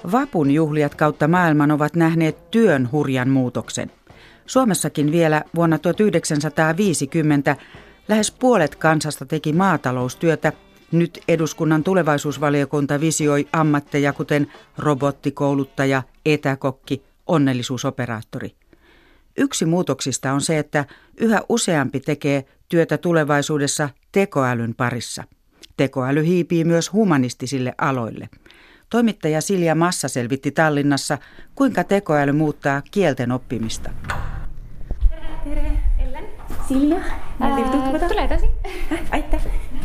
Vapun juhlijat kautta maailman ovat nähneet työn hurjan muutoksen. Suomessakin vielä vuonna 1950 lähes puolet kansasta teki maataloustyötä. Nyt eduskunnan tulevaisuusvaliokunta visioi ammatteja kuten robottikouluttaja, etäkokki, onnellisuusoperaattori. Yksi muutoksista on se, että yhä useampi tekee työtä tulevaisuudessa tekoälyn parissa. Tekoäly hiipii myös humanistisille aloille. Toimittaja Silja Massa selvitti Tallinnassa, kuinka tekoäly muuttaa kielten oppimista. Tere, Ellen. Silja. Tulee tosi. Aitäh.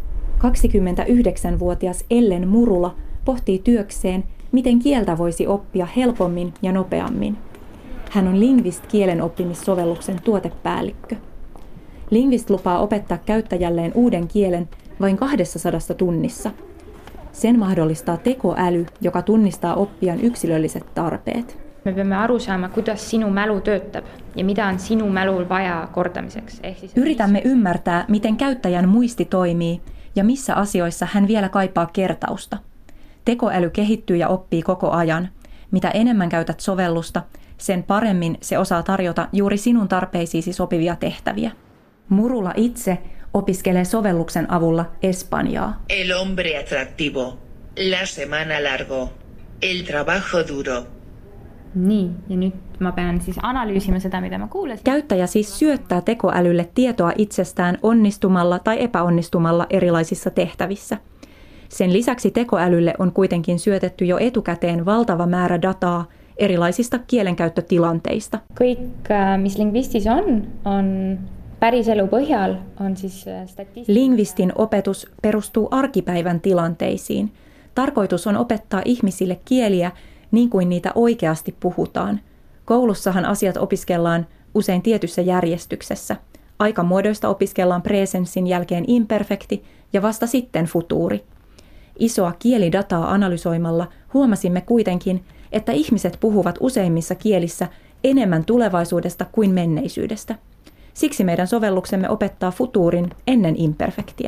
29-vuotias Ellen Murula pohtii työkseen, miten kieltä voisi oppia helpommin ja nopeammin. Hän on Lingvist kielenoppimissovelluksen tuotepäällikkö. Lingvist lupaa opettaa käyttäjälleen uuden kielen vain 200 tunnissa. Sen mahdollistaa tekoäly, joka tunnistaa oppijan yksilölliset tarpeet. Me peame aru saama, kuidas sinu mälu töötab ja mitä on sinu mälul vaja kordamiseks. Yritämme ymmärtää, miten käyttäjän muisti toimii ja missä asioissa hän vielä kaipaa kertausta. Tekoäly kehittyy ja oppii koko ajan. Mitä enemmän käytät sovellusta, sen paremmin se osaa tarjota juuri sinun tarpeisiisi sopivia tehtäviä. Murula itse opiskelee sovelluksen avulla espanjaa. El hombre atractivo, la semana largo, el trabajo duro. Niin, ja nyt mä pean siis analyysimään sitä, mitä mä kuulen. Käyttäjä siis syöttää tekoälylle tietoa itsestään onnistumalla tai epäonnistumalla erilaisissa tehtävissä. Sen lisäksi tekoälylle on kuitenkin syötetty jo etukäteen valtava määrä dataa erilaisista kielenkäyttötilanteista. Kõik, mis Lingvistis on päriselu põhjal, on siis Lingvistin opetus perustuu arkipäivän tilanteisiin. Tarkoitus on opettaa ihmisille kieliä niin kuin niitä oikeasti puhutaan. Koulussahan asiat opiskellaan usein tietyssä järjestyksessä. Aikamuodoista opiskellaan presenssin jälkeen imperfekti ja vasta sitten futuuri. Isoa kielidataa analysoimalla huomasimme kuitenkin, että ihmiset puhuvat useimmissa kielissä enemmän tulevaisuudesta kuin menneisyydestä. Siksi meidän sovelluksemme opettaa futuurin ennen imperfektiä.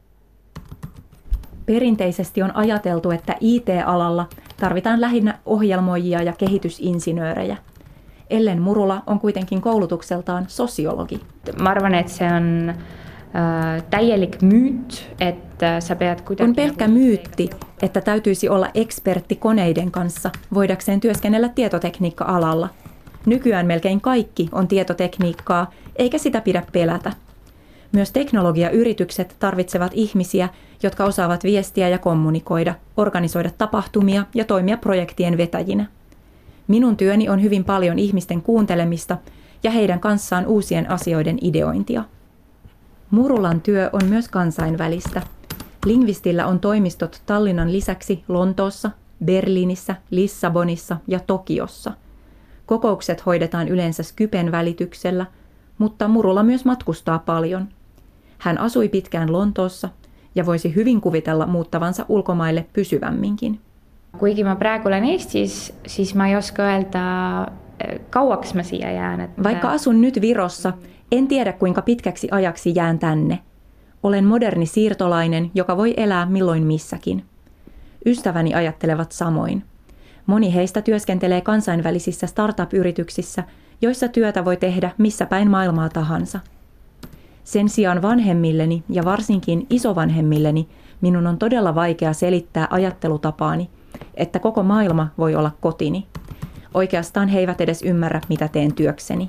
Perinteisesti on ajateltu, että IT-alalla tarvitaan lähinnä ohjelmoijia ja kehitysinsinöörejä. Ellen Murula on kuitenkin koulutukseltaan sosiologi. Mä arvan, että se on täielik myyt, että sä peät On pelkkä myytti, että täytyisi olla ekspertti koneiden kanssa voidakseen työskennellä tietotekniikka-alalla. Nykyään melkein kaikki on tietotekniikkaa, eikä sitä pidä pelätä. Myös teknologiayritykset tarvitsevat ihmisiä, jotka osaavat viestiä ja kommunikoida, organisoida tapahtumia ja toimia projektien vetäjinä. Minun työni on hyvin paljon ihmisten kuuntelemista ja heidän kanssaan uusien asioiden ideointia. Murulan työ on myös kansainvälistä. Lingvistillä on toimistot Tallinnan lisäksi Lontoossa, Berliinissä, Lissabonissa ja Tokiossa. Kokoukset hoidetaan yleensä Skypen välityksellä, mutta Murula myös matkustaa paljon. Hän asui pitkään Lontoossa ja voisi hyvin kuvitella muuttavansa ulkomaille pysyvämminkin. Kuigi mä praegu olen Eestis, siis mä ei oska öelda, kauaks mä siia jään. Vaikka asun nyt Virossa, en tiedä kuinka pitkäksi ajaksi jään tänne. Olen moderni siirtolainen, joka voi elää milloin missäkin. Ystäväni ajattelevat samoin. Moni heistä työskentelee kansainvälisissä startup-yrityksissä, joissa työtä voi tehdä missä päin maailmaa tahansa. Sen sijaan vanhemmilleni ja varsinkin isovanhemmilleni minun on todella vaikea selittää ajattelutapaani, että koko maailma voi olla kotini. Oikeastaan he eivät edes ymmärrä, mitä teen työkseni.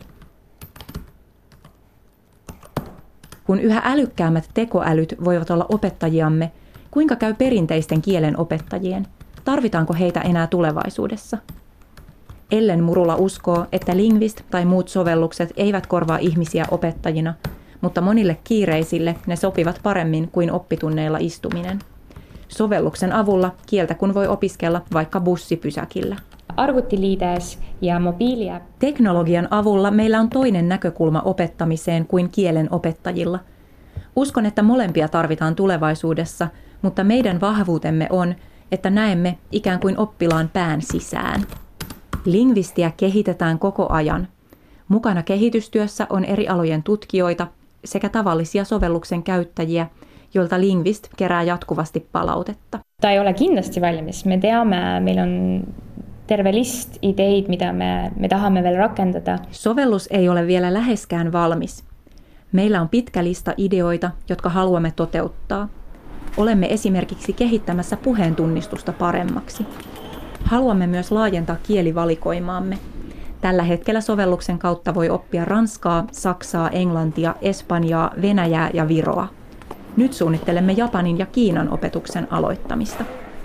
Kun yhä älykkäämmät tekoälyt voivat olla opettajiamme, kuinka käy perinteisten kielen opettajien? Tarvitaanko heitä enää tulevaisuudessa? Ellen Murula uskoo, että Lingvist tai muut sovellukset eivät korvaa ihmisiä opettajina, mutta monille kiireisille ne sopivat paremmin kuin oppitunneilla istuminen. Sovelluksen avulla kieltä kun voi opiskella vaikka bussipysäkillä. Arvutiliides ja mobiilia. Teknologian avulla meillä on toinen näkökulma opettamiseen kuin kielen opettajilla. Uskon, että molempia tarvitaan tulevaisuudessa, mutta meidän vahvuutemme on, että näemme ikään kuin oppilaan pään sisään. Lingvistiä kehitetään koko ajan. Mukana kehitystyössä on eri alojen tutkijoita sekä tavallisia sovelluksen käyttäjiä, joilta Lingvist kerää jatkuvasti palautetta. Ta ei ole kindlasti valmis. Me teame, meil on terve list ideid, mida me tahame veel rakendada. Sovellus ei ole vielä läheskään valmis. Meillä on pitkä lista ideoita, jotka haluamme toteuttaa. Olemme esimerkiksi kehittämässä puheentunnistusta paremmaksi. Haluamme myös laajentaa kielivalikoimaamme. Tällä hetkellä sovelluksen kautta voi oppia ranskaa, saksaa, englantia, espanjaa, venäjää ja viroa. Nyt suunnittelemme Japanin ja Kiinan opetuksen aloittamista.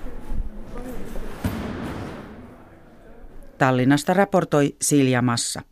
Tallinnasta raportoi Silja Massa.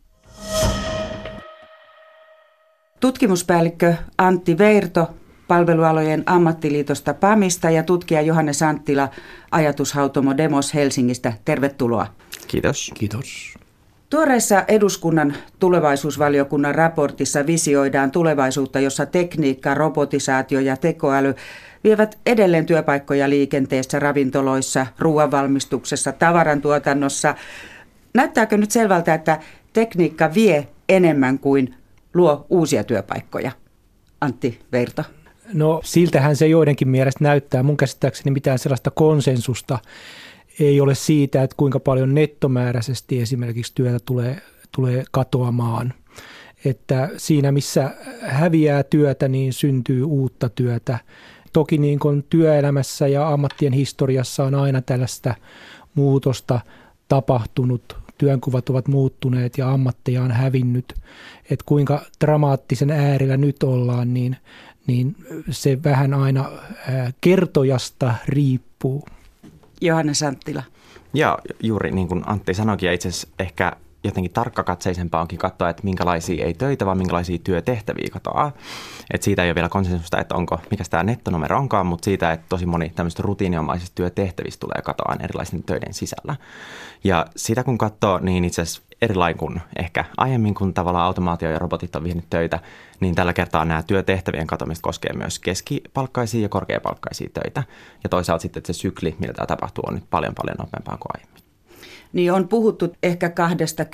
Tutkimuspäällikkö Antti Weirto Palvelualojen ammattiliitosta PAMista ja tutkija Johannes Anttila Ajatushautomo Demos Helsingistä. Tervetuloa. Kiitos. Kiitos. Tuoreessa eduskunnan tulevaisuusvaliokunnan raportissa visioidaan tulevaisuutta, jossa tekniikka, robotisaatio ja tekoäly vievät edelleen työpaikkoja liikenteessä, ravintoloissa, ruoanvalmistuksessa, tavarantuotannossa. Näyttääkö nyt selvältä, että tekniikka vie enemmän kuin luo uusia työpaikkoja? Antti Weirto. No siltähän se joidenkin mielestä näyttää. Mun käsittääkseni mitään sellaista konsensusta ei ole siitä, että kuinka paljon nettomääräisesti esimerkiksi työtä tulee katoamaan. Että siinä missä häviää työtä, niin syntyy uutta työtä. Toki niin kuin työelämässä ja ammattien historiassa on aina tällaista muutosta tapahtunut. Työnkuvat ovat muuttuneet ja ammatteja on hävinnyt. Että kuinka dramaattisen äärellä nyt ollaan, niin se vähän aina kertojasta riippuu. Johannes Anttila. Ja juuri niin kuin Antti sanoikin, ja itse asiassa ehkä jotenkin tarkkakatseisempaa onkin katsoa, että minkälaisia ei töitä, vaan minkälaisia työtehtäviä katoaa. Että siitä ei ole vielä konsensusta, että mikä tämä nettonumero onkaan, mutta siitä, että tosi moni tämmöistä rutiininomaisista työtehtävistä tulee katoaan erilaisten töiden sisällä. Ja sitä kun katsoo, niin itse asiassa erilainen kuin ehkä aiemmin, kun tavallaan automaatio ja robotit on vienyt töitä, niin tällä kertaa nämä työtehtävien katoamista koskee myös keskipalkkaisia ja korkeapalkkaisia töitä. Ja toisaalta sitten, että se sykli, millä tämä tapahtuu, on nyt paljon nopeampaa kuin aiemmin. Niin on puhuttu ehkä 20%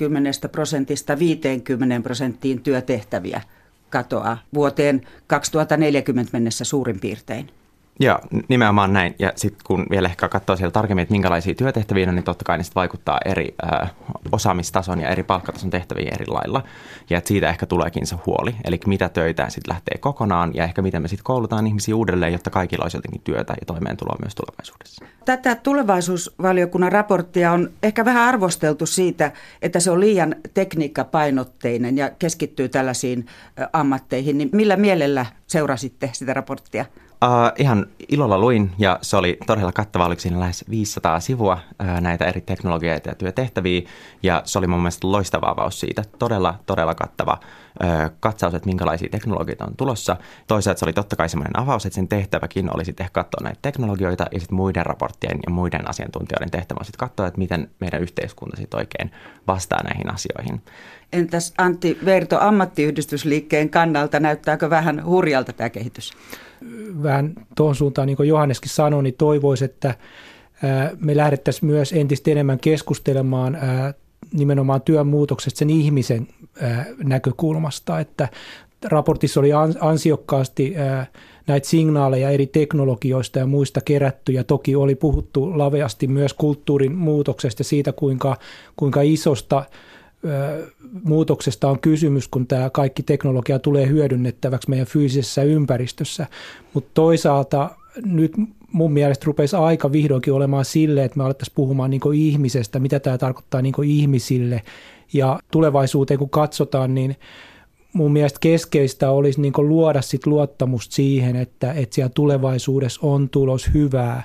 50% työtehtäviä katoaa vuoteen 2040 mennessä suurin piirtein. Joo, nimenomaan näin. Ja sitten kun vielä ehkä katsoo siellä tarkemmin, että minkälaisia työtehtäviä on, niin totta kai ne vaikuttaa eri osaamistason ja eri palkkatason tehtäviin eri lailla. Ja että siitä ehkä tuleekin se huoli. Eli mitä töitä sitten lähtee kokonaan ja ehkä miten me sitten koulutaan ihmisiä uudelleen, jotta kaikilla olisi jotenkin työtä ja toimeentuloa myös tulevaisuudessa. Tätä tulevaisuusvaliokunnan raporttia on ehkä vähän arvosteltu siitä, että se on liian tekniikkapainotteinen ja keskittyy tällaisiin ammatteihin. Niin millä mielellä seurasitte sitä raporttia? Ihan ilolla luin ja se oli todella kattava, oliko siinä lähes 500 sivua näitä eri teknologioita ja työtehtäviä ja se oli mun mielestä loistava avaus siitä. Todella kattava katsaus, että minkälaisia teknologioita on tulossa. Toisaalta se oli totta kai semmoinen avaus, että sen tehtäväkin oli sitten katsoa näitä teknologioita ja sitten muiden raporttien ja muiden asiantuntijoiden tehtävä on sitten katsoa, että miten meidän yhteiskunta sitten oikein vastaa näihin asioihin. Entäs Antti Weirto ammattiyhdistysliikkeen kannalta, näyttääkö vähän hurjalta tämä kehitys? Vähän tuohon suuntaan, niin kuin Johanneskin sanoi, niin toivoisi, että me lähdettäisiin myös entistä enemmän keskustelemaan nimenomaan työn muutoksesta sen ihmisen näkökulmasta, että raportissa oli ansiokkaasti näitä signaaleja eri teknologioista ja muista kerätty ja toki oli puhuttu laveasti myös kulttuurin muutoksesta ja siitä, kuinka isosta muutoksesta on kysymys, kun tämä kaikki teknologia tulee hyödynnettäväksi meidän fyysisessä ympäristössä, mutta toisaalta nyt mun mielestä rupesi aika vihdoinkin olemaan sille, että me alettaisiin puhumaan niin kuin ihmisestä, mitä tämä tarkoittaa niin kuin ihmisille ja tulevaisuuteen kun katsotaan, niin mun mielestä keskeistä olisi niin kuin luoda sit luottamusta siihen, että siellä tulevaisuudessa on tulos hyvää.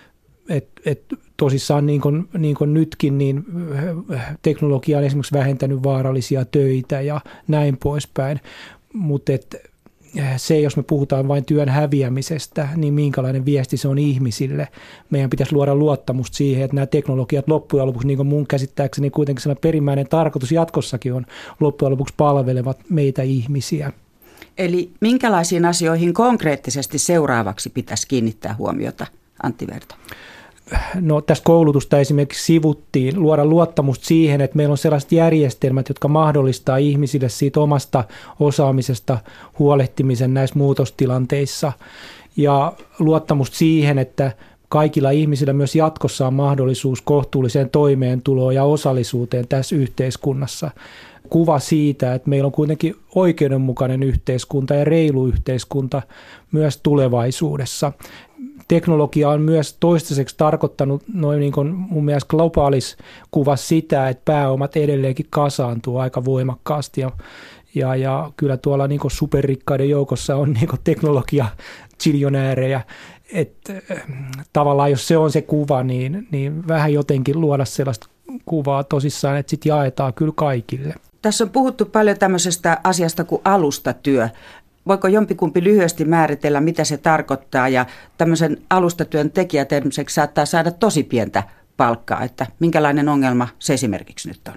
Tosissaan niin kuin nytkin, niin teknologia on esimerkiksi vähentänyt vaarallisia töitä ja näin poispäin, mutta se, jos me puhutaan vain työn häviämisestä, niin minkälainen viesti se on ihmisille. Meidän pitäisi luoda luottamusta siihen, että nämä teknologiat loppujen lopuksi, niin kuin mun käsittääkseni kuitenkin sellainen perimmäinen tarkoitus jatkossakin on, loppujen lopuksi palvelevat meitä ihmisiä. Eli minkälaisiin asioihin konkreettisesti seuraavaksi pitäisi kiinnittää huomiota, Antti Weirto? No, tässä koulutusta esimerkiksi sivuttiin, luoda luottamusta siihen, että meillä on sellaiset järjestelmät, jotka mahdollistaa ihmisille siitä omasta osaamisesta huolehtimisen näissä muutostilanteissa ja luottamusta siihen, että kaikilla ihmisillä myös jatkossa on mahdollisuus kohtuulliseen toimeentuloon ja osallisuuteen tässä yhteiskunnassa. Kuva siitä, että meillä on kuitenkin oikeudenmukainen yhteiskunta ja reilu yhteiskunta myös tulevaisuudessa. Teknologia on myös toistaiseksi tarkoittanut noin niin kuin mun mielestä globaalis kuva sitä, että pääomat edelleenkin kasaantuu aika voimakkaasti ja kyllä tuolla niin kuin superrikkaiden joukossa on niin kuin teknologia-chiljonäärejä. Että tavallaan jos se on se kuva, niin vähän jotenkin luoda sellaista kuvaa tosissaan, että sitten jaetaan kyllä kaikille. Tässä on puhuttu paljon tämmöisestä asiasta kuin alustatyö. Voiko jompikumpi lyhyesti määritellä, mitä se tarkoittaa, ja tämmöisen alustatyön tekijät esimerkiksi saattaa saada tosi pientä palkkaa, että minkälainen ongelma se esimerkiksi nyt on?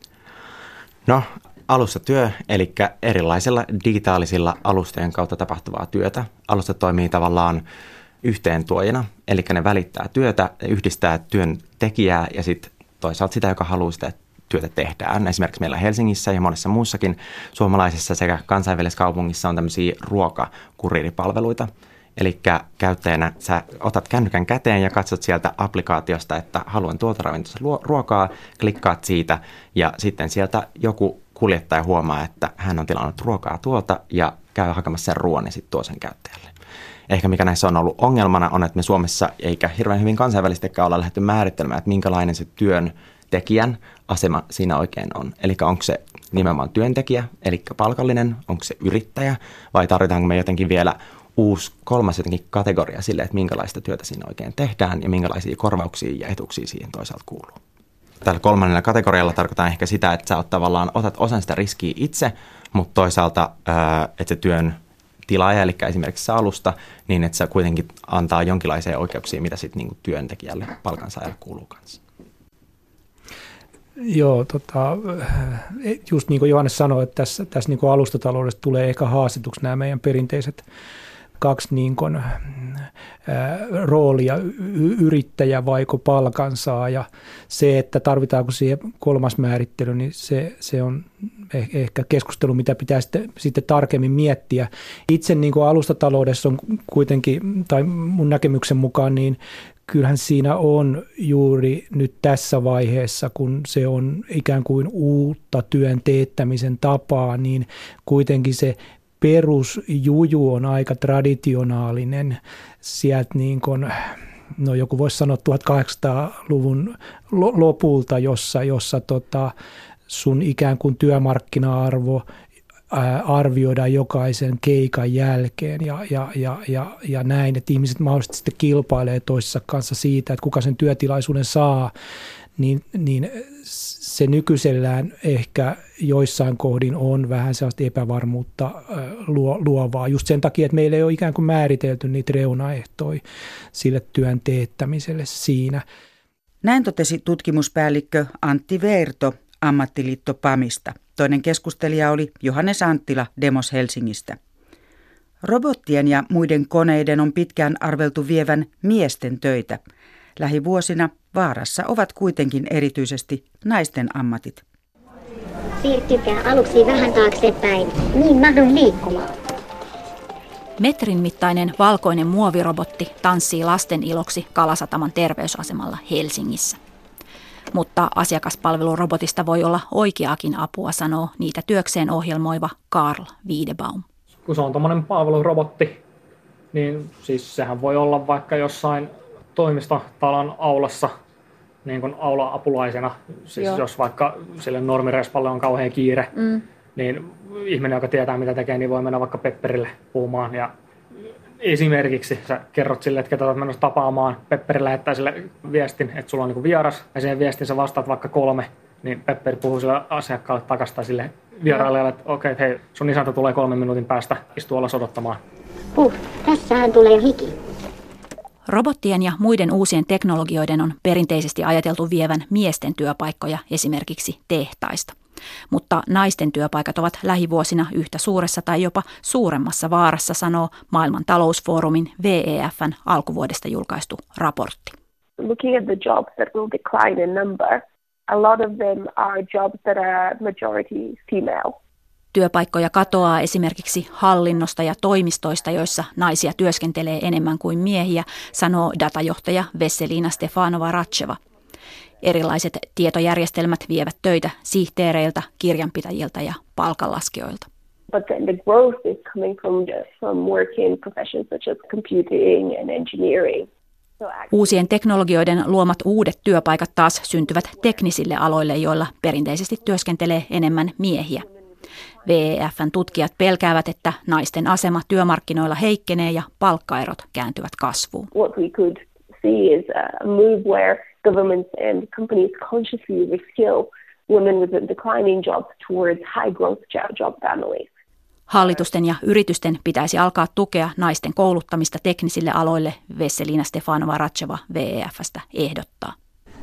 No, alustatyö, eli erilaisilla digitaalisilla alustojen kautta tapahtuvaa työtä. Alusta toimii tavallaan yhteentuojana, eli ne välittää työtä, yhdistää työntekijää ja sitten toisaalta sitä, joka haluaa sitä työtä tehdään. Esimerkiksi meillä Helsingissä ja monessa muussakin suomalaisessa sekä kansainvälisessä kaupungissa on tämmöisiä ruokakuriiripalveluita. Eli käyttäjänä sä otat kännykän käteen ja katsot sieltä applikaatiosta, että haluan tuolta ravintolasta ruokaa, klikkaat siitä ja sitten sieltä joku kuljettaja huomaa, että hän on tilannut ruokaa tuolta ja käy hakemassa sen ruoan ja sitten tuo sen käyttäjälle. Ehkä mikä näissä on ollut ongelmana on, että me Suomessa eikä hirveän hyvin kansainvälisestikään olla lähdetty määrittelemään, että minkälainen se työntekijän asema siinä oikein on. Eli onko se nimenomaan työntekijä, eli palkallinen, onko se yrittäjä vai tarvitaanko me jotenkin vielä uusi kolmas jotenkin kategoria sille, että minkälaista työtä siinä oikein tehdään ja minkälaisia korvauksia ja etuuksia siihen toisaalta kuuluu. Tällä kolmannella kategorialla tarkoitan ehkä sitä, että sä tavallaan otat osan sitä riskiä itse, mutta toisaalta, että se työn tilaaja, eli esimerkiksi se alusta, niin että se kuitenkin antaa jonkinlaisia oikeuksia, mitä sitten niin työntekijälle, palkansaajalle kuuluu kanssa. Joo, just niin kuin Johannes sanoi, että tässä niin kuin alustataloudesta tulee ehkä haastetuksi nämä meidän perinteiset kaksi niin kuin, roolia, yrittäjä vaiko palkansaaja. Se, että tarvitaanko siihen kolmas määrittely, niin se on ehkä keskustelu, mitä pitää sitten tarkemmin miettiä. Itse niin kuin alustataloudessa on kuitenkin, tai mun näkemyksen mukaan, niin kyllähän siinä on juuri nyt tässä vaiheessa, kun se on ikään kuin uutta työn teettämisen tapaa, niin kuitenkin se perusjuju on aika traditionaalinen sieltä niin kuin, no joku voisi sanoa 1800-luvun lopulta, jossa sun ikään kuin työmarkkina-arvo arvioidaan jokaisen keikan jälkeen ja näin, että ihmiset mahdollisesti sitten kilpailee toisessa kanssa siitä, että kuka sen työtilaisuuden saa, niin se nykyisellään ehkä joissain kohdin on vähän sellaista epävarmuutta luovaa. Just sen takia, että meillä ei ole ikään kuin määritelty niitä reunaehtoja sille työn teettämiselle siinä. Näin totesi tutkimuspäällikkö Antti Veerto Ammattiliitto PAMista. Toinen keskustelija oli Johannes Anttila Demos Helsingistä. Robottien ja muiden koneiden on pitkään arveltu vievän miesten töitä. Lähivuosina vaarassa ovat kuitenkin erityisesti naisten ammatit. Siirtykää aluksi vähän taaksepäin, niin mahdun liikkumaan. Metrin mittainen valkoinen muovirobotti tanssii lasten iloksi Kalasataman terveysasemalla Helsingissä. Mutta asiakaspalvelurobotista voi olla oikeaakin apua, sanoo niitä työkseen ohjelmoiva Karl Wiedebaum. Kun se on tuommoinen palvelurobotti, niin siis sehän voi olla vaikka jossain toimistotalon aulassa niin kuin aula-apulaisena. Siis jos vaikka sille normirespalle on kauhean kiire, niin ihminen, joka tietää mitä tekee, niin voi mennä vaikka Pepperille puhumaan. Ja esimerkiksi sä kerrot sille, että ketä olet menossa tapaamaan. Pepperi lähettää sille viestin, että sulla on niin vieras. Ja siihen viestin sä vastaat vaikka 3, niin Pepperi puhuu sille asiakkaalle takaisin sille vierailijalle, että okei, hei, sun isäntä tulee 3 minuutin päästä, istuu alas odottamaan. Tässähän tulee jo hiki. Robottien ja muiden uusien teknologioiden on perinteisesti ajateltu vievän miesten työpaikkoja esimerkiksi tehtaista. Mutta naisten työpaikat ovat lähivuosina yhtä suuressa tai jopa suuremmassa vaarassa, sanoo Maailman talousfoorumin WEF:n alkuvuodesta julkaistu raportti. Looking at the jobs that will decline in number, a lot of them are jobs that are majority female. Työpaikkoja katoaa esimerkiksi hallinnosta ja toimistoista, joissa naisia työskentelee enemmän kuin miehiä, sanoo datajohtaja Vesselina Stefanova-Ratcheva. Erilaiset tietojärjestelmät vievät töitä sihteereiltä, kirjanpitäjiltä ja palkanlaskijoilta. But the growth is coming from work in professions such as computing and engineering. Uusien teknologioiden luomat uudet työpaikat taas syntyvät teknisille aloille, joilla perinteisesti työskentelee enemmän miehiä. WEF:n tutkijat pelkäävät, että naisten asema työmarkkinoilla heikkenee ja palkkaerot kääntyvät kasvuun. What we could see is a move where governments and companies consciously reskill women with declining jobs towards high growth job families. Hallitusten ja yritysten pitäisi alkaa tukea naisten kouluttamista teknisille aloille, Vesselina Stefanova-Ratcheva WEF:stä ehdottaa.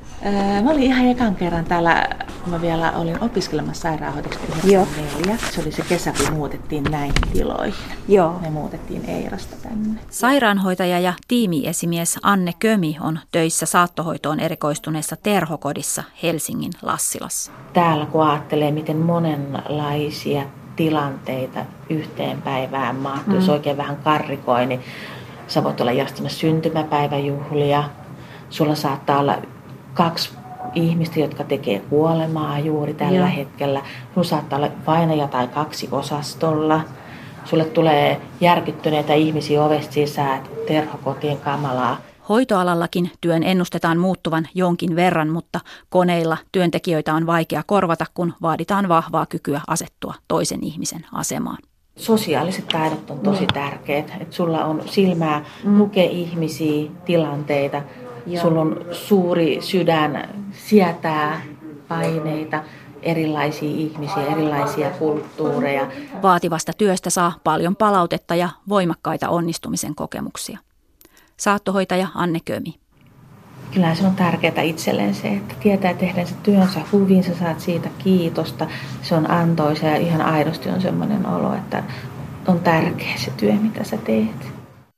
Mä olin ihan ekan kerran täällä, kun mä vielä olin opiskelemassa sairaanhoidoksi 1994. Se oli se kesä, kun muutettiin näihin tiloihin. Joo. Me muutettiin Eirasta tänne. Sairaanhoitaja ja tiimiesimies Anne Kömi on töissä saattohoitoon erikoistuneessa Terhokodissa Helsingin Lassilassa. Täällä kun ajattelee, miten monenlaisia tilanteita yhteen päivään mahtuu, jos oikein vähän karrikoi, niin sä voit olla järjestämässä syntymäpäiväjuhlia. Sulla saattaa olla 2 ihmistä, jotka tekee kuolemaa juuri tällä hetkellä. Sulla saattaa olla vainaja tai 2 osastolla. Sulle tulee järkyttyneitä ihmisiä ovesta sisään, terhokotiin kamalaa. Hoitoalallakin työn ennustetaan muuttuvan jonkin verran, mutta koneilla työntekijöitä on vaikea korvata, kun vaaditaan vahvaa kykyä asettua toisen ihmisen asemaan. Sosiaaliset taidot on tosi tärkeät. Että sulla on silmää lukea ihmisiä, tilanteita. Sulla on suuri sydän sietää paineita, erilaisia ihmisiä, erilaisia kulttuureja. Vaativasta työstä saa paljon palautetta ja voimakkaita onnistumisen kokemuksia. Saattohoitaja Anne Kömi. Kyllä se on tärkeää itselleen se, että tietää tehdä se työnsä hyvin, sä saat siitä kiitosta. Se on antoisa ja ihan aidosti on sellainen olo, että on tärkeä se työ, mitä sä teet.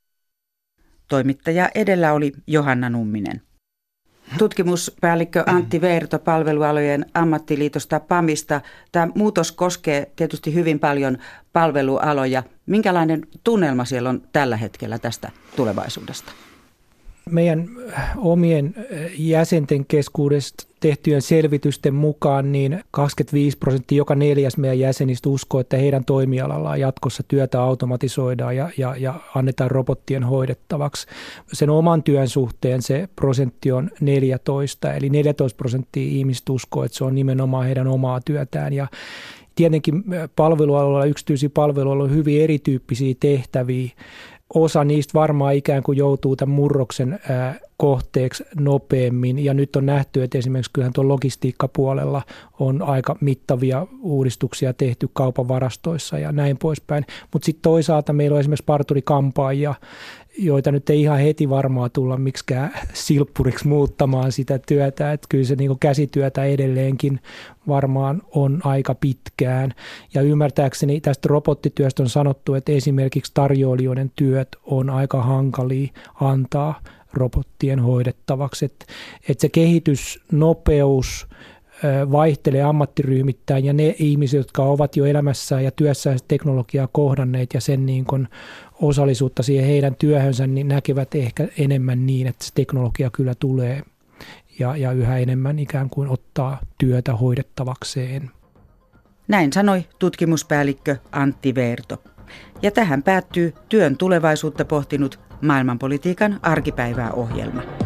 Toimittaja edellä oli Johanna Numminen. Tutkimuspäällikkö Antti Veerto Palvelualojen ammattiliitosta PAMista. Tämä muutos koskee tietysti hyvin paljon palvelualoja. Minkälainen tunnelma siellä on tällä hetkellä tästä tulevaisuudesta? Meidän omien jäsenten keskuudesta tehtyjen selvitysten mukaan niin 25%, joka 4. meidän jäsenistä uskoo, että heidän toimialallaan jatkossa työtä automatisoidaan ja annetaan robottien hoidettavaksi. Sen oman työn suhteen se prosentti on 14, eli 14% ihmistä uskoo, että se on nimenomaan heidän omaa työtään. Ja tietenkin palvelualoilla, yksityisiä palvelualoilla on hyvin erityyppisiä tehtäviä. Osa niistä varmaan ikään kuin joutuu tämän murroksen kohteeksi nopeammin ja nyt on nähty, että esimerkiksi kyllähän tuon logistiikkapuolella on aika mittavia uudistuksia tehty kaupan varastoissa ja näin poispäin. Mutta sitten toisaalta meillä on esimerkiksi parturi-kampaajia, joita nyt ei ihan heti varmaan tulla miksikään silppuriksi muuttamaan sitä työtä. Että kyllä se niin kuin käsityötä edelleenkin varmaan on aika pitkään. Ja ymmärtääkseni tästä robottityöstä on sanottu, että esimerkiksi tarjoilijoiden työt on aika hankalia antaa robottien hoidettavaksi. Että se kehitysnopeus vaihtelee ammattiryhmittäin ja ne ihmiset, jotka ovat jo elämässään ja työssään teknologiaa kohdanneet ja sen niin kuin osallisuutta siihen heidän työhönsä, niin näkevät ehkä enemmän niin, että se teknologia kyllä tulee ja yhä enemmän ikään kuin ottaa työtä hoidettavakseen. Näin sanoi tutkimuspäällikkö Antti Veerto. Ja tähän päättyy työn tulevaisuutta pohtinut maailmanpolitiikan arkipäivää -ohjelma.